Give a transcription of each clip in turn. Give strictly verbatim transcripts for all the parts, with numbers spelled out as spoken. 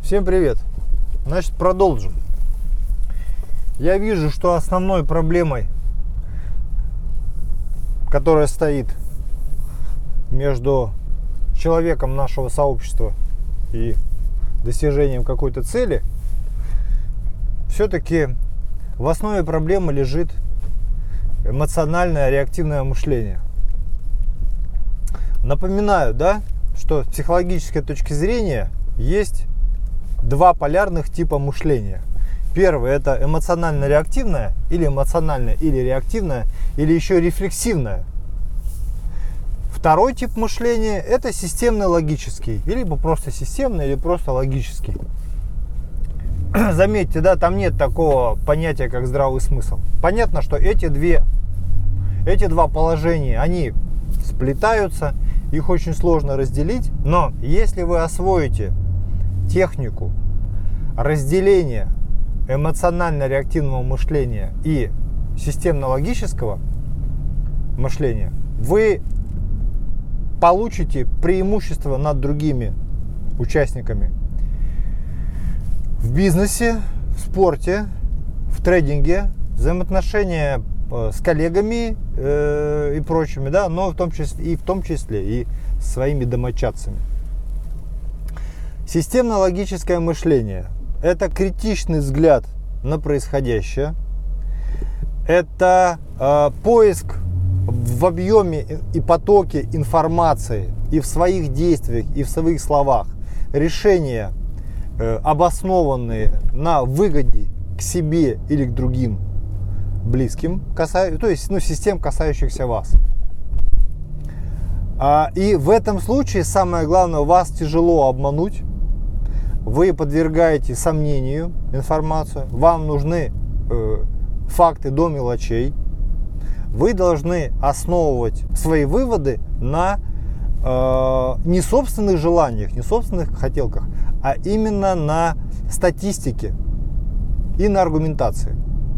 Всем привет! Значит, продолжим. Я вижу, что основной проблемой, которая стоит между человеком нашего сообщества и достижением какой-то цели, все-таки в основе проблемы лежит эмоциональное реактивное мышление. Напоминаю, да, что с психологической точки зрения есть два полярных типа мышления. Первый — это эмоционально-реактивное, или эмоциональное, или реактивное, или еще рефлексивное. Второй тип мышления — это системно-логический, либо просто системный, или просто логический. Заметьте, да, там нет такого понятия, как здравый смысл. Понятно, что эти две, эти два положения, они сплетаются, их очень сложно разделить, но если вы освоите технику разделения эмоционально-реактивного мышления и системно-логического мышления, вы получите преимущество над другими участниками в бизнесе, в спорте, в трейдинге, взаимоотношения с коллегами э, и прочими, да, но в том числе и в том числе и своими домочадцами. Системно-логическое мышление – это критичный взгляд на происходящее, это э, поиск в объеме и потоке информации и в своих действиях, и в своих словах решения, э, обоснованные на выгоде к себе или к другим близким, касаю, то есть ну, систем, касающихся вас. А, и в этом случае самое главное, вас тяжело обмануть. Вы подвергаете сомнению информацию, вам нужны э, факты до мелочей. Вы должны основывать свои выводы на э, не собственных желаниях, не собственных хотелках, а именно на статистике и на аргументации.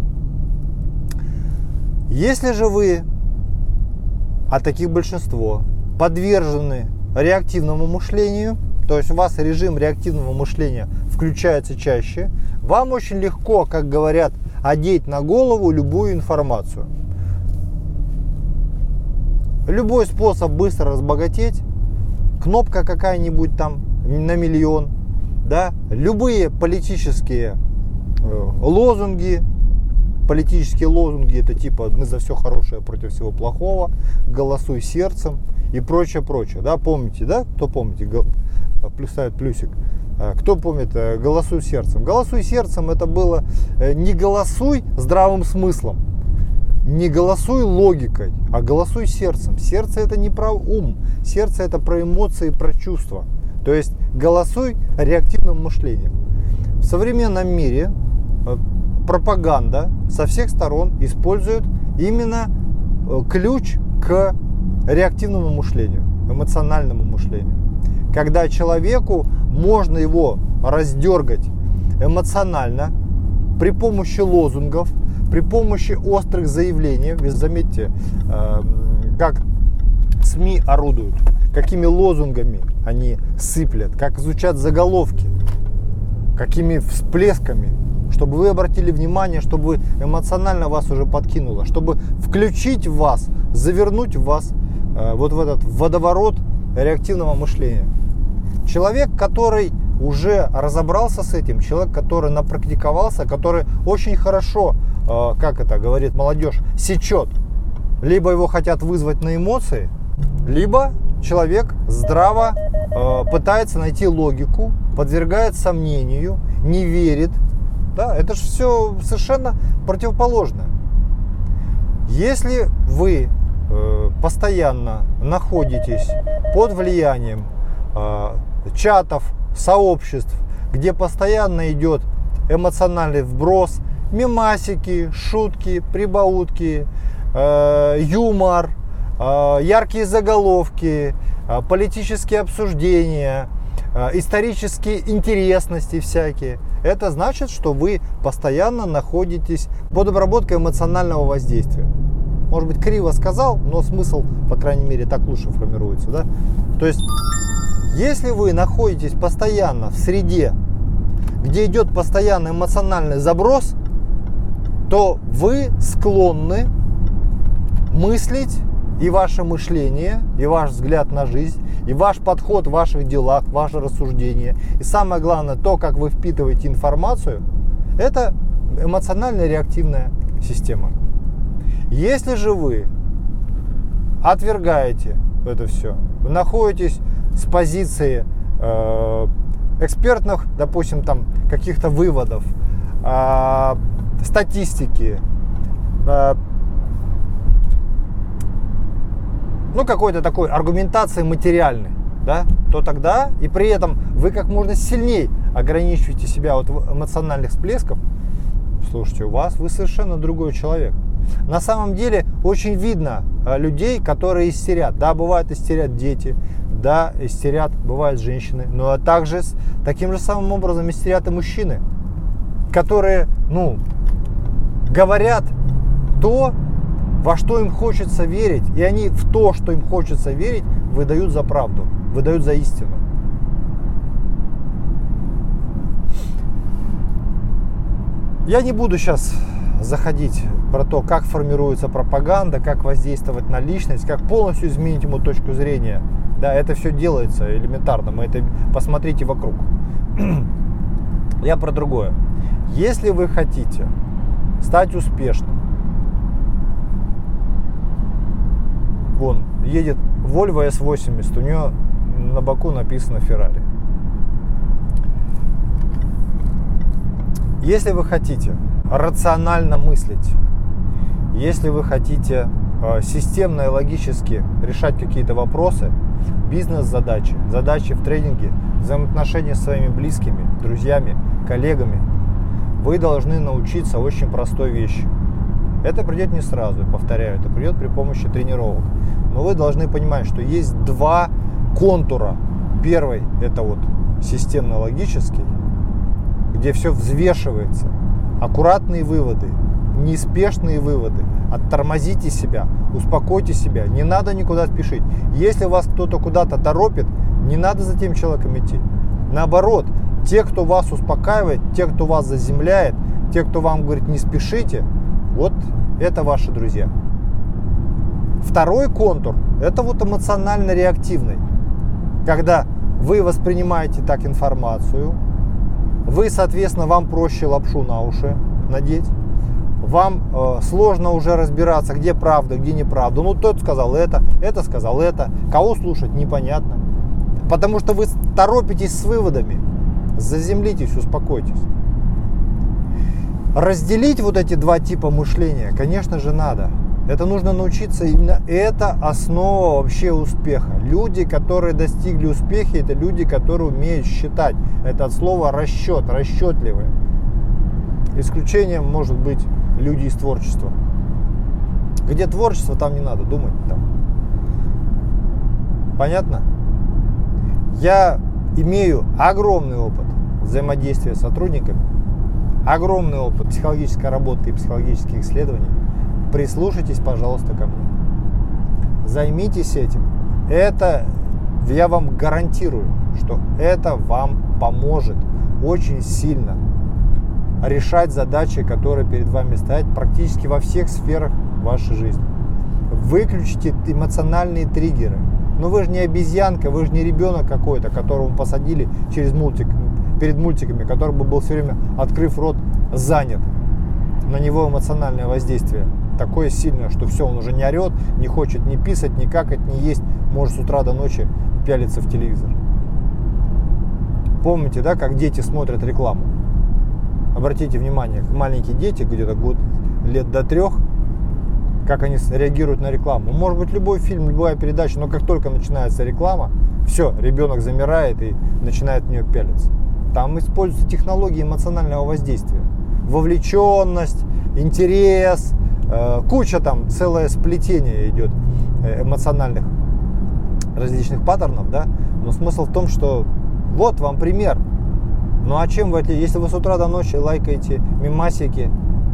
Если же вы, а таких большинство, подвержены реактивному мышлению, то есть у вас режим реактивного мышления включается чаще, вам очень легко, как говорят, одеть на голову любую информацию. Любой способ быстро разбогатеть, кнопка какая-нибудь там на миллион, да, любые политические э, лозунги, политические лозунги, это типа мы за все хорошее против всего плохого, голосуй сердцем и прочее, прочее, да, помните, да, кто помните, плюс ставит плюсик. Кто помнит, голосуй сердцем. Голосуй сердцем — это было не голосуй здравым смыслом, не голосуй логикой, а голосуй сердцем. Сердце — это не про ум, сердце — это про эмоции, про чувства. То есть голосуй реактивным мышлением. В современном мире пропаганда со всех сторон использует именно ключ к реактивному мышлению, эмоциональному мышлению. Когда человеку можно его раздергать эмоционально при помощи лозунгов, при помощи острых заявлений. Вы заметьте, как СМИ орудуют, какими лозунгами они сыплят, как звучат заголовки, какими всплесками, чтобы вы обратили внимание, чтобы эмоционально вас уже подкинуло, чтобы включить в вас, завернуть в вас вот в этот водоворот реактивного мышления. Человек, который уже разобрался с этим, человек, который напрактиковался, который очень хорошо, э, как это говорит молодежь, сечет. Либо его хотят вызвать на эмоции, либо человек здраво э, пытается найти логику, подвергает сомнению, не верит. Да, это же все совершенно противоположное. Если вы э, постоянно находитесь под влиянием э, чатов, сообществ, где постоянно идет эмоциональный вброс, мемасики, шутки, прибаутки, э, юмор, э, яркие заголовки, э, политические обсуждения, э, исторические интересности всякие, это значит, что вы постоянно находитесь под обработкой эмоционального воздействия. Может быть, криво сказал, но смысл, по крайней мере, так лучше формируется, да? То есть, если вы находитесь постоянно в среде где идет постоянный эмоциональный заброс, то вы склонны мыслить, и ваше мышление, и ваш взгляд на жизнь, и ваш подход в ваших делах, ваше рассуждение, и самое главное, то, как вы впитываете информацию, это эмоционально-реактивная система. Если же вы отвергаете это все, вы находитесь с позиции э, экспертных, допустим, там каких-то выводов, э, статистики, э, ну какой-то такой аргументации материальной, да, то тогда и при этом вы как можно сильнее ограничиваете себя от эмоциональных всплесков, слушайте, у вас вы совершенно другой человек. На самом деле очень видно людей, которые истерят. Да, бывает истерят дети, да, истерят, бывают женщины, но также таким же самым образом истерят и мужчины, которые, ну, говорят то, во что им хочется верить, и они в то, что им хочется верить, выдают за правду, выдают за истину. Я не буду сейчас заходить про то, как формируется пропаганда, как воздействовать на личность, как полностью изменить ему точку зрения. Да, это все делается элементарно, мы это посмотрите вокруг. Я про другое. Если вы хотите стать успешным, вон, едет Volvo эс восемьдесят, у нее на боку написано Ferrari. Если вы хотите рационально мыслить, если вы хотите э, системно и логически решать какие-то вопросы, бизнес-задачи, задачи в трейдинге, взаимоотношения с своими близкими, друзьями, коллегами, вы должны научиться очень простой вещи. Это придет не сразу, повторяю, это придет при помощи тренировок. Но вы должны понимать, что есть два контура. Первый – это вот системно-логический, где все взвешивается. Аккуратные выводы, неспешные выводы. Оттормозите себя, успокойте себя. Не надо никуда спешить. Если вас кто-то куда-то торопит, не надо за тем человеком идти. Наоборот, те, кто вас успокаивает, те, кто вас заземляет, те, кто вам говорит не спешите, вот это ваши друзья. Второй контур – это вот эмоционально-реактивный. Когда вы воспринимаете так информацию, вы, соответственно, вам проще лапшу на уши надеть, вам э, сложно уже разбираться, где правда, где неправда. Ну, тот сказал это, это сказал это, кого слушать, непонятно. Потому что вы торопитесь с выводами, заземлитесь, успокойтесь. Разделить вот эти два типа мышления, конечно же, надо. Это нужно научиться, именно это основа вообще успеха. Люди, которые достигли успеха, это люди, которые умеют считать. Это от слова расчет, расчетливые. Исключением может быть люди из творчества. Где творчество, там не надо думать. Там. Понятно? Я имею огромный опыт взаимодействия с сотрудниками, огромный опыт психологической работы и психологических исследований. Прислушайтесь, пожалуйста, ко мне. Займитесь этим. Это, я вам гарантирую, что это вам поможет очень сильно решать задачи, которые перед вами стоят практически во всех сферах вашей жизни. Выключите эмоциональные триггеры. Но вы же не обезьянка, вы же не ребенок какой-то, которого посадили через мультик, перед мультиками, который бы был все время, открыв рот, занят. На него эмоциональное воздействие такое сильное, что все, он уже не орет, не хочет ни писать, ни какать, ни есть, может с утра до ночи пялиться в телевизор. Помните, да, как дети смотрят рекламу? Обратите внимание, маленькие дети, где-то год, лет до трех, как они реагируют на рекламу. Может быть, любой фильм, любая передача, но как только начинается реклама, все, ребенок замирает и начинает в нее пялиться. Там используются технологии эмоционального воздействия. Вовлеченность, интерес, э, куча там, целое сплетение идет эмоциональных различных паттернов, да. Но смысл в том, что вот вам пример. Ну а чем вы отличаетесь? Если вы с утра до ночи лайкаете мемасики,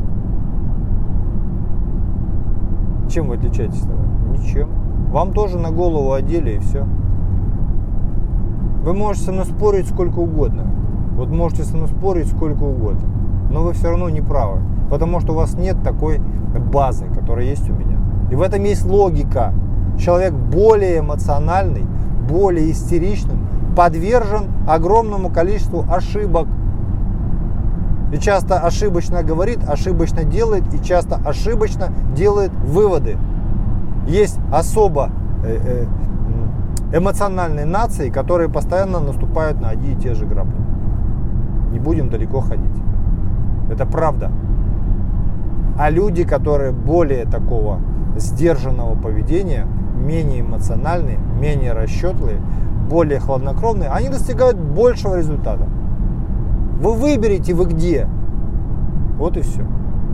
чем вы отличаетесь? Ничем. Вам тоже на голову одели и все. Вы можете со мной спорить сколько угодно. Вот можете со мной спорить сколько угодно, но вы все равно не правы, потому что у вас нет такой базы, которая есть у меня. И в этом есть логика. Человек более эмоциональный, более истеричным, подвержен огромному количеству ошибок. И часто ошибочно говорит, ошибочно делает и часто ошибочно делает выводы. Есть особо эмоциональные нации, которые постоянно наступают на одни и те же грабли. Не будем далеко ходить. Это правда. А люди, которые более такого сдержанного поведения, менее эмоциональные, менее расчетливые, более хладнокровные, они достигают большего результата. Вы выберете, вы где. Вот и все.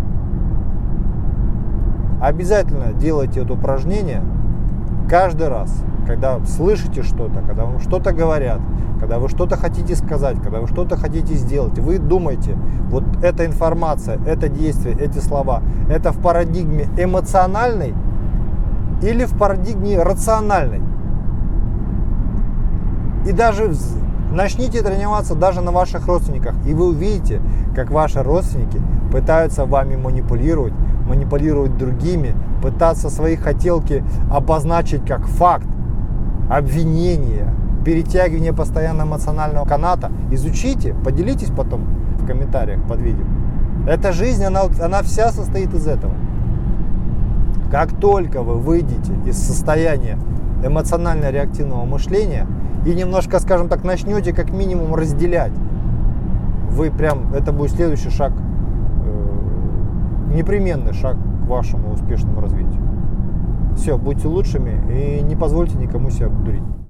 Обязательно делайте это упражнение каждый раз, когда слышите что-то, когда вам что-то говорят, когда вы что-то хотите сказать, когда вы что-то хотите сделать. Вы думаете, вот эта информация, это действие, эти слова, это в парадигме эмоциональной или в парадигме рациональной. И даже начните тренироваться даже на ваших родственниках, и вы увидите, как ваши родственники пытаются вами манипулировать, манипулировать другими, пытаться свои хотелки обозначить как факт, обвинение, перетягивание постоянно эмоционального каната. Изучите, поделитесь потом в комментариях под видео. Эта жизнь, она, она вся состоит из этого. Как только вы выйдете из состояния эмоционально-реактивного мышления и немножко, скажем так, начнете как минимум разделять, вы прям, это будет следующий шаг, э, непременный шаг к вашему успешному развитию. Все, будьте лучшими и не позвольте никому себя обдурить.